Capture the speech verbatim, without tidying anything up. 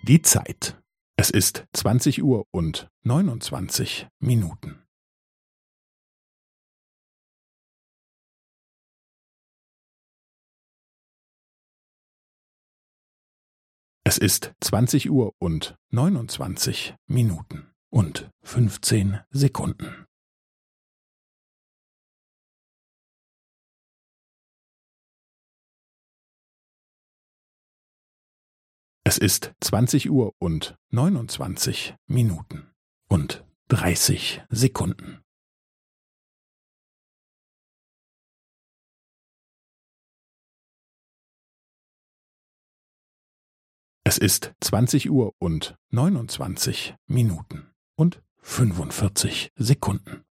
Die Zeit. Es ist zwanzig Uhr und neunundzwanzig Minuten. Es ist zwanzig Uhr und neunundzwanzig Minuten und fünfzehn Sekunden. Es ist zwanzig Uhr und neunundzwanzig Minuten und dreißig Sekunden. Es ist zwanzig Uhr und neunundzwanzig Minuten und fünfundvierzig Sekunden.